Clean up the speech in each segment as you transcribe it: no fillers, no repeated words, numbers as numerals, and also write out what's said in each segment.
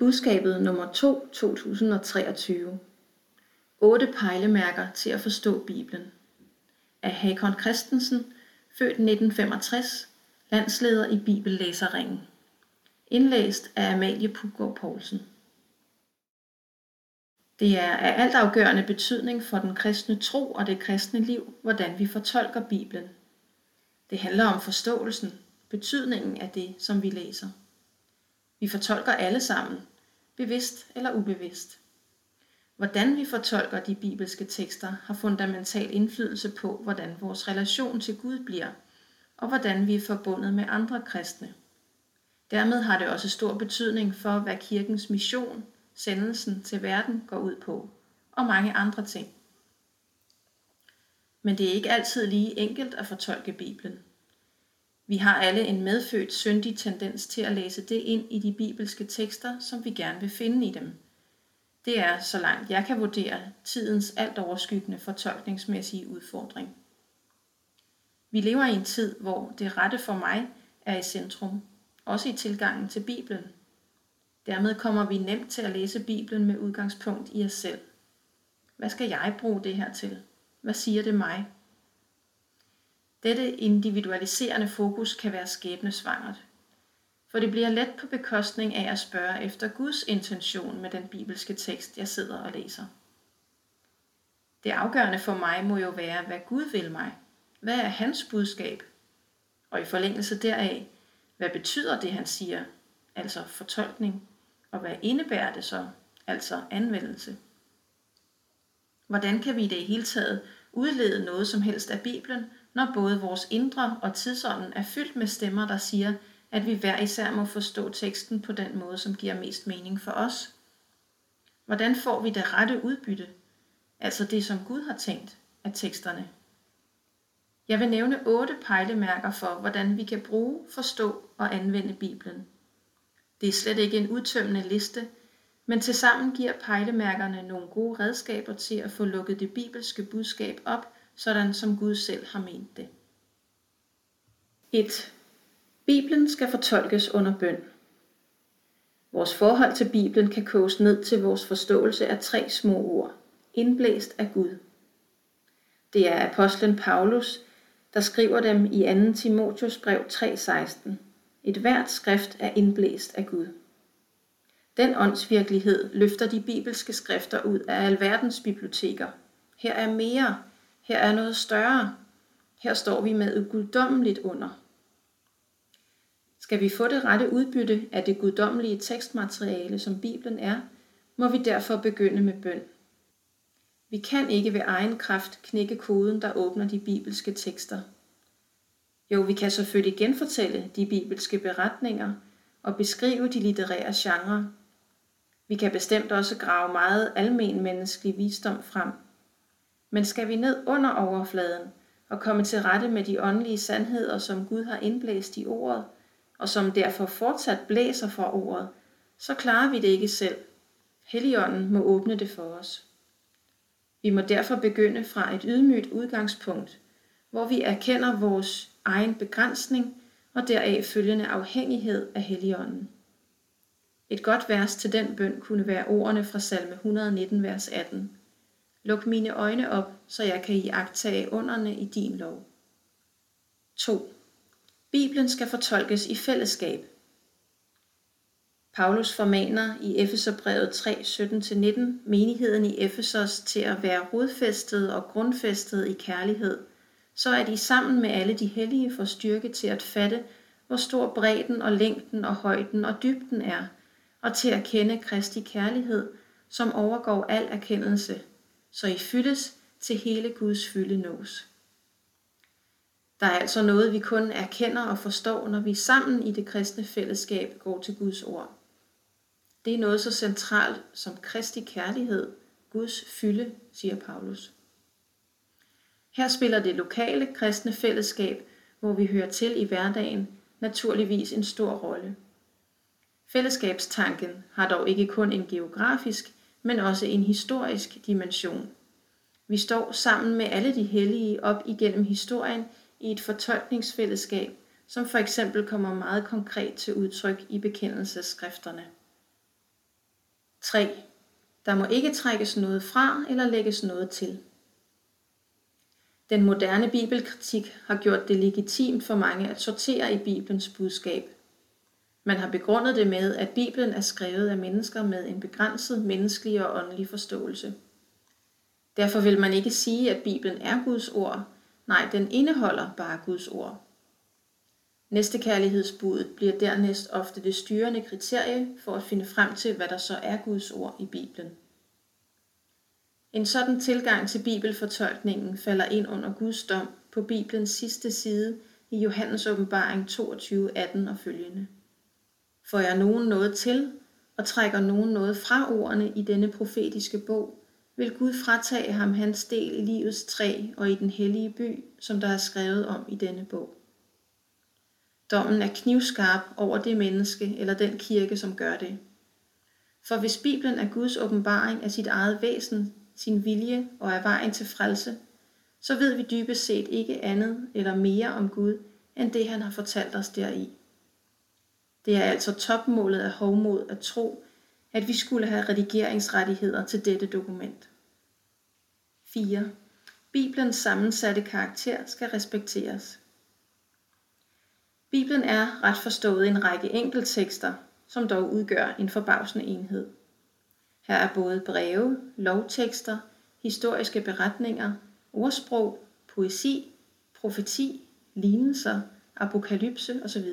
Budskabet nummer 2, 2023. 8 pejlemærker til at forstå Bibelen. Af Hakon Christensen, født 1965, landsleder i Bibellæserringen. Indlæst af Amalie Puggaard Poulsen. Det er af altafgørende betydning for den kristne tro og det kristne liv, hvordan vi fortolker Bibelen. Det handler om forståelsen, betydningen af det, som vi læser. Vi fortolker alle sammen, bevidst eller ubevidst. Hvordan vi fortolker de bibelske tekster har fundamental indflydelse på, hvordan vores relation til Gud bliver, og hvordan vi er forbundet med andre kristne. Dermed har det også stor betydning for, hvad kirkens mission, sendelsen til verden går ud på, og mange andre ting. Men det er ikke altid lige enkelt at fortolke Bibelen. Vi har alle en medfødt syndig tendens til at læse det ind i de bibelske tekster, som vi gerne vil finde i dem. Det er, så langt jeg kan vurdere, tidens alt overskyggende fortolkningsmæssige udfordring. Vi lever i en tid, hvor det rette for mig er i centrum, også i tilgangen til Bibelen. Dermed kommer vi nemt til at læse Bibelen med udgangspunkt i os selv. Hvad skal jeg bruge det her til? Hvad siger det mig? Dette individualiserende fokus kan være skæbnesvangert, for det bliver let på bekostning af at spørge efter Guds intention med den bibelske tekst, jeg sidder og læser. Det afgørende for mig må jo være, hvad Gud vil mig. Hvad er hans budskab? Og i forlængelse deraf, hvad betyder det, han siger, altså fortolkning, og hvad indebærer det så, altså anvendelse? Hvordan kan vi i det hele taget udlede noget som helst af Bibelen, når både vores indre og tidsånden er fyldt med stemmer, der siger, at vi hver især må forstå teksten på den måde, som giver mest mening for os? Hvordan får vi det rette udbytte, altså det, som Gud har tænkt af teksterne? Jeg vil nævne 8 pejlemærker for, hvordan vi kan bruge, forstå og anvende Bibelen. Det er slet ikke en udtømmende liste, men tilsammen giver pejlemærkerne nogle gode redskaber til at få lukket det bibelske budskab op, sådan som Gud selv har ment det. 1. Bibelen skal fortolkes under bøn. Vores forhold til Bibelen kan koges ned til vores forståelse af 3 små ord, indblæst af Gud. Det er apostlen Paulus, der skriver dem i 2. Timotheus brev 3:16. Et hvert skrift er indblæst af Gud. Den åndsvirkelighed løfter de bibelske skrifter ud af alverdens biblioteker. Her er mere, her er noget større, her står vi med et guddommeligt under. Skal vi få det rette udbytte af det guddommelige tekstmateriale, som Bibelen er, må vi derfor begynde med bøn. Vi kan ikke ved egen kraft knække koden, der åbner de bibelske tekster. Jo, vi kan selvfølgelig genfortælle de bibelske beretninger og beskrive de litterære genrer. Vi kan bestemt også grave meget almen menneskelig visdom frem. Men skal vi ned under overfladen og komme til rette med de åndelige sandheder, som Gud har indblæst i ordet, og som derfor fortsat blæser fra ordet, så klarer vi det ikke selv. Helligånden må åbne det for os. Vi må derfor begynde fra et ydmygt udgangspunkt, hvor vi erkender vores egen begrænsning og deraf følgende afhængighed af Helligånden. Et godt vers til den bøn kunne være ordene fra salme 119, vers 18. Luk mine øjne op, så jeg kan iagttage underne i din lov. 2. Bibelen skal fortolkes i fællesskab. Paulus formaner i Efeserbrevet 3:17-19 menigheden i Efesos til at være rodfæstet og grundfæstet i kærlighed, så at I sammen med alle de hellige får styrke til at fatte, hvor stor bredden og længden og højden og dybden er, og til at kende Kristi kærlighed, som overgår al erkendelse, så I fyldes til hele Guds fylde nås. Der er altså noget, vi kun erkender og forstår, når vi sammen i det kristne fællesskab går til Guds ord. Det er noget så centralt som Kristi kærlighed, Guds fylde, siger Paulus. Her spiller det lokale kristne fællesskab, hvor vi hører til i hverdagen, naturligvis en stor rolle. Fællesskabstanken har dog ikke kun en geografisk, men også en historisk dimension. Vi står sammen med alle de hellige op igennem historien i et fortolkningsfællesskab, som for eksempel kommer meget konkret til udtryk i bekendelsesskrifterne. 3. Der må ikke trækkes noget fra eller lægges noget til. Den moderne bibelkritik har gjort det legitimt for mange at sortere i Bibelens budskab. Man har begrundet det med, at Bibelen er skrevet af mennesker med en begrænset menneskelig og åndelig forståelse. Derfor vil man ikke sige, at Bibelen er Guds ord. Nej, den indeholder bare Guds ord. Næstekærlighedsbudet bliver dernæst ofte det styrende kriterie for at finde frem til, hvad der så er Guds ord i Bibelen. En sådan tilgang til bibelfortolkningen falder ind under Guds dom på Bibelens sidste side i Johannes åbenbaring 22:18 og følgende. Får jeg nogen noget til, og trækker nogen noget fra ordene i denne profetiske bog, vil Gud fratage ham hans del i livets træ og i den hellige by, som der er skrevet om i denne bog. Dommen er knivskarp over det menneske eller den kirke, som gør det. For hvis Bibelen er Guds åbenbaring af sit eget væsen, sin vilje og er vejen til frelse, så ved vi dybest set ikke andet eller mere om Gud, end det han har fortalt os deri. Det er altså topmålet af hovmod at tro, at vi skulle have redigeringsrettigheder til dette dokument. 4. Bibelens sammensatte karakter skal respekteres. Bibelen er ret forstået en række enkelttekster, som dog udgør en forbavsende enhed. Her er både breve, lovtekster, historiske beretninger, ordsprog, poesi, profeti, lignelser, apokalypse osv.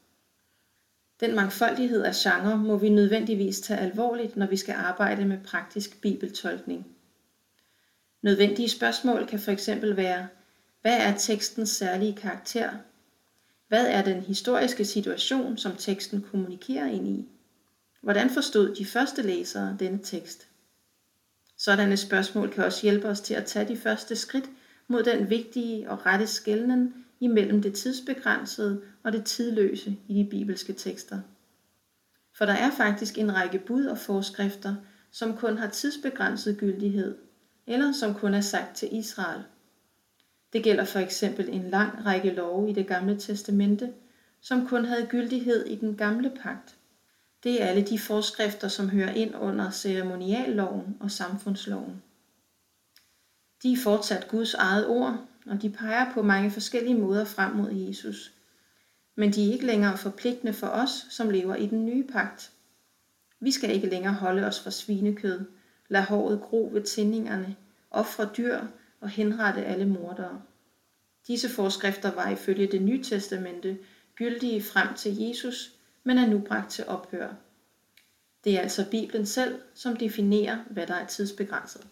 Den mangfoldighed af genre må vi nødvendigvis tage alvorligt, når vi skal arbejde med praktisk bibeltolkning. Nødvendige spørgsmål kan fx være, hvad er tekstens særlige karakter? Hvad er den historiske situation, som teksten kommunikerer ind i? Hvordan forstod de første læsere denne tekst? Sådanne spørgsmål kan også hjælpe os til at tage de første skridt mod den vigtige og rette skelnen imellem det tidsbegrænsede og det tidløse i de bibelske tekster. For der er faktisk en række bud og forskrifter, som kun har tidsbegrænset gyldighed, eller som kun er sagt til Israel. Det gælder for eksempel en lang række love i det gamle testamente, som kun havde gyldighed i den gamle pagt. Det er alle de forskrifter, som hører ind under ceremonialloven og samfundsloven. De er fortsat Guds eget ord, og de peger på mange forskellige måder frem mod Jesus. Men de er ikke længere forpligtende for os, som lever i den nye pagt. Vi skal ikke længere holde os for svinekød, lade håret gro ved tindingerne, ofre dyr og henrette alle mordere. Disse forskrifter var ifølge det nye testamente gyldige frem til Jesus, men er nu bragt til ophør. Det er altså Bibelen selv, som definerer, hvad der er tidsbegrænset.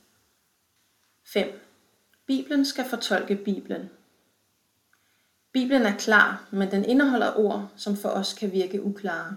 5. Bibelen skal fortolke Bibelen. Bibelen er klar, men den indeholder ord, som for os kan virke uklare.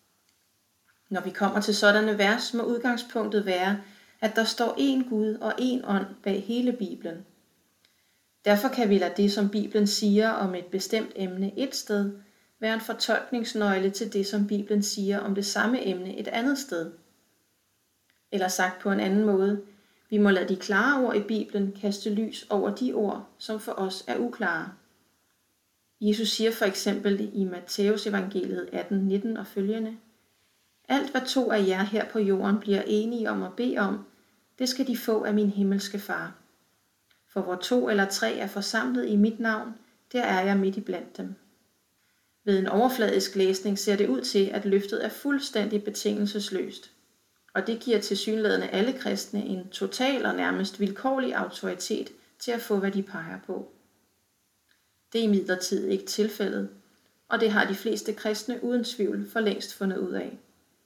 Når vi kommer til sådanne vers, må udgangspunktet være, at der står én Gud og én ånd bag hele Bibelen. Derfor kan vi lade det, som Bibelen siger om et bestemt emne et sted, være en fortolkningsnøgle til det, som Bibelen siger om det samme emne et andet sted. Eller sagt på en anden måde, vi må lade de klare ord i Bibelen kaste lys over de ord, som for os er uklare. Jesus siger for eksempel i Matthæus evangeliet 18:19 og følgende: Alt hvad to af jer her på jorden bliver enige om at bede om, det skal de få af min himmelske far. For hvor 2 eller 3 er forsamlet i mit navn, der er jeg midt iblandt dem. Ved en overfladisk læsning ser det ud til, at løftet er fuldstændig betingelsesløst, og det giver tilsyneladende alle kristne en total og nærmest vilkårlig autoritet til at få, hvad de peger på. Det er imidlertid ikke tilfældet, og det har de fleste kristne uden tvivl for længst fundet ud af.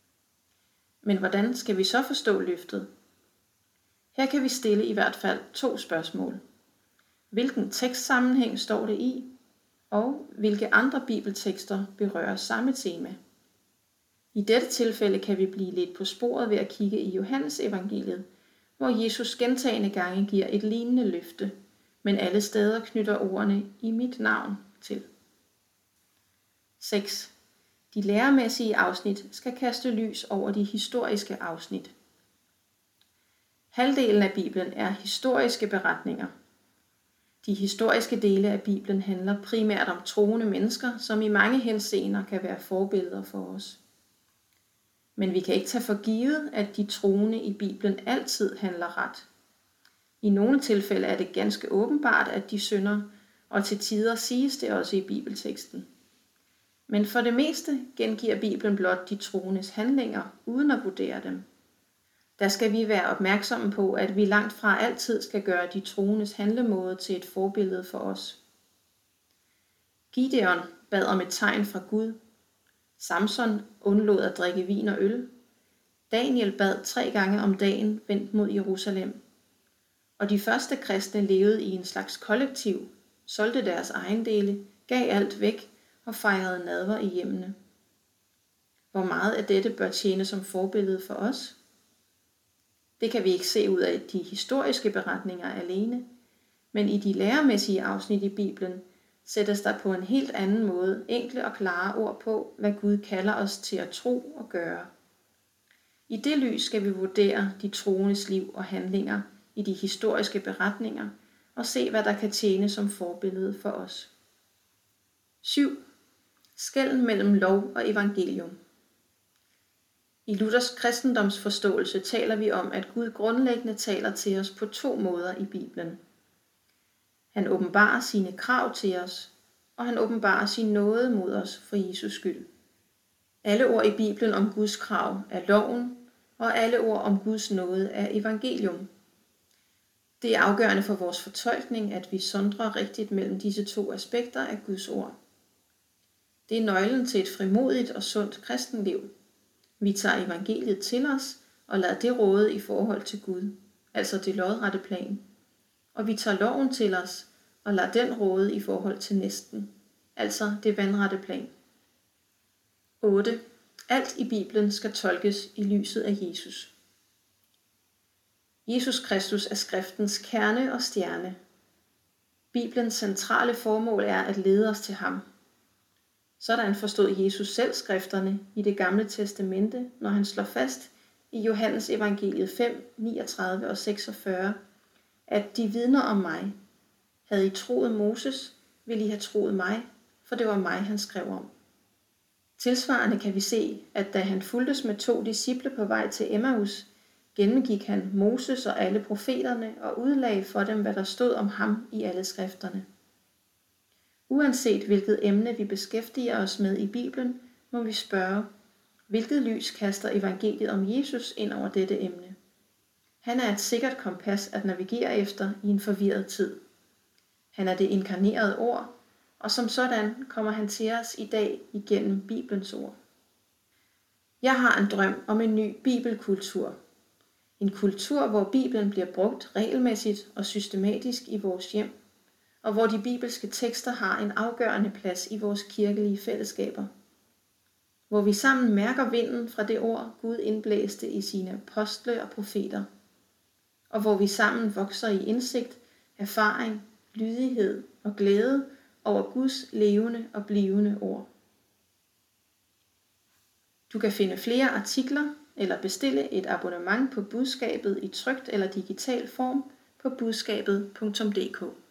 Men hvordan skal vi så forstå løftet? Her kan vi stille i hvert fald 2 spørgsmål. Hvilken tekstsammenhæng står det i? Og hvilke andre bibeltekster berører samme tema? I dette tilfælde kan vi blive lidt på sporet ved at kigge i Johannes evangeliet, hvor Jesus gentagne gange giver et lignende løfte, men alle steder knytter ordene i mit navn til. 6. De læremæssige afsnit skal kaste lys over de historiske afsnit. Halvdelen af Bibelen er historiske beretninger. De historiske dele af Bibelen handler primært om troende mennesker, som i mange henseender kan være forbilleder for os. Men vi kan ikke tage for givet, at de troende i Bibelen altid handler ret. I nogle tilfælde er det ganske åbenbart, at de synder, og til tider siges det også i bibelteksten. Men for det meste gengiver Bibelen blot de troendes handlinger, uden at vurdere dem. Der skal vi være opmærksomme på, at vi langt fra altid skal gøre de troendes handlemåde til et forbillede for os. Gideon bad om et tegn fra Gud. Samson undlod at drikke vin og øl. Daniel bad 3 gange om dagen vendt mod Jerusalem. Og de første kristne levede i en slags kollektiv, solgte deres ejendele, gav alt væk og fejrede nadver i hjemmene. Hvor meget af dette bør tjene som forbillede for os? Det kan vi ikke se ud af de historiske beretninger alene, men i de læremæssige afsnit i Bibelen sættes der på en helt anden måde enkle og klare ord på, hvad Gud kalder os til at tro og gøre. I det lys skal vi vurdere de troendes liv og handlinger i de historiske beretninger og se, hvad der kan tjene som forbillede for os. 7. Skelnen mellem lov og evangelium. I Luthers kristendomsforståelse taler vi om, at Gud grundlæggende taler til os på 2 måder i Bibelen. Han åbenbarer sine krav til os, og han åbenbarer sin nåde mod os for Jesus skyld. Alle ord i Bibelen om Guds krav er loven, og alle ord om Guds nåde er evangelium. Det er afgørende for vores fortolkning, at vi sondrer rigtigt mellem disse 2 aspekter af Guds ord. Det er nøglen til et frimodigt og sundt kristenliv. Vi tager evangeliet til os og lader det råde i forhold til Gud, altså det lodrette plan. Og vi tager loven til os og lader den råde i forhold til næsten, altså det vandrette plan. 8. Alt i Bibelen skal tolkes i lyset af Jesus. Jesus Kristus er skriftens kerne og stjerne. Bibelens centrale formål er at lede os til ham. Sådan forstod Jesus selv skrifterne i det gamle testamente, når han slår fast i Johannes evangeliet 5, 39 og 46, at de vidner om mig. Havde I troet Moses, ville I have troet mig, for det var mig, han skrev om. Tilsvarende kan vi se, at da han fulgtes med 2 disciple på vej til Emmaus, gennemgik han Moses og alle profeterne og udlagde for dem, hvad der stod om ham i alle skrifterne. Uanset hvilket emne vi beskæftiger os med i Bibelen, må vi spørge, hvilket lys kaster evangeliet om Jesus ind over dette emne? Han er et sikkert kompas at navigere efter i en forvirret tid. Han er det inkarnerede ord, og som sådan kommer han til os i dag igennem Bibelens ord. Jeg har en drøm om en ny bibelkultur. En kultur, hvor Bibelen bliver brugt regelmæssigt og systematisk i vores hjem, og hvor de bibelske tekster har en afgørende plads i vores kirkelige fællesskaber. Hvor vi sammen mærker vinden fra det ord, Gud indblæste i sine apostle og profeter. Og hvor vi sammen vokser i indsigt, erfaring, lydighed og glæde over Guds levende og blivende ord. Du kan finde flere artikler eller bestille et abonnement på budskabet i trykt eller digital form på budskabet.dk.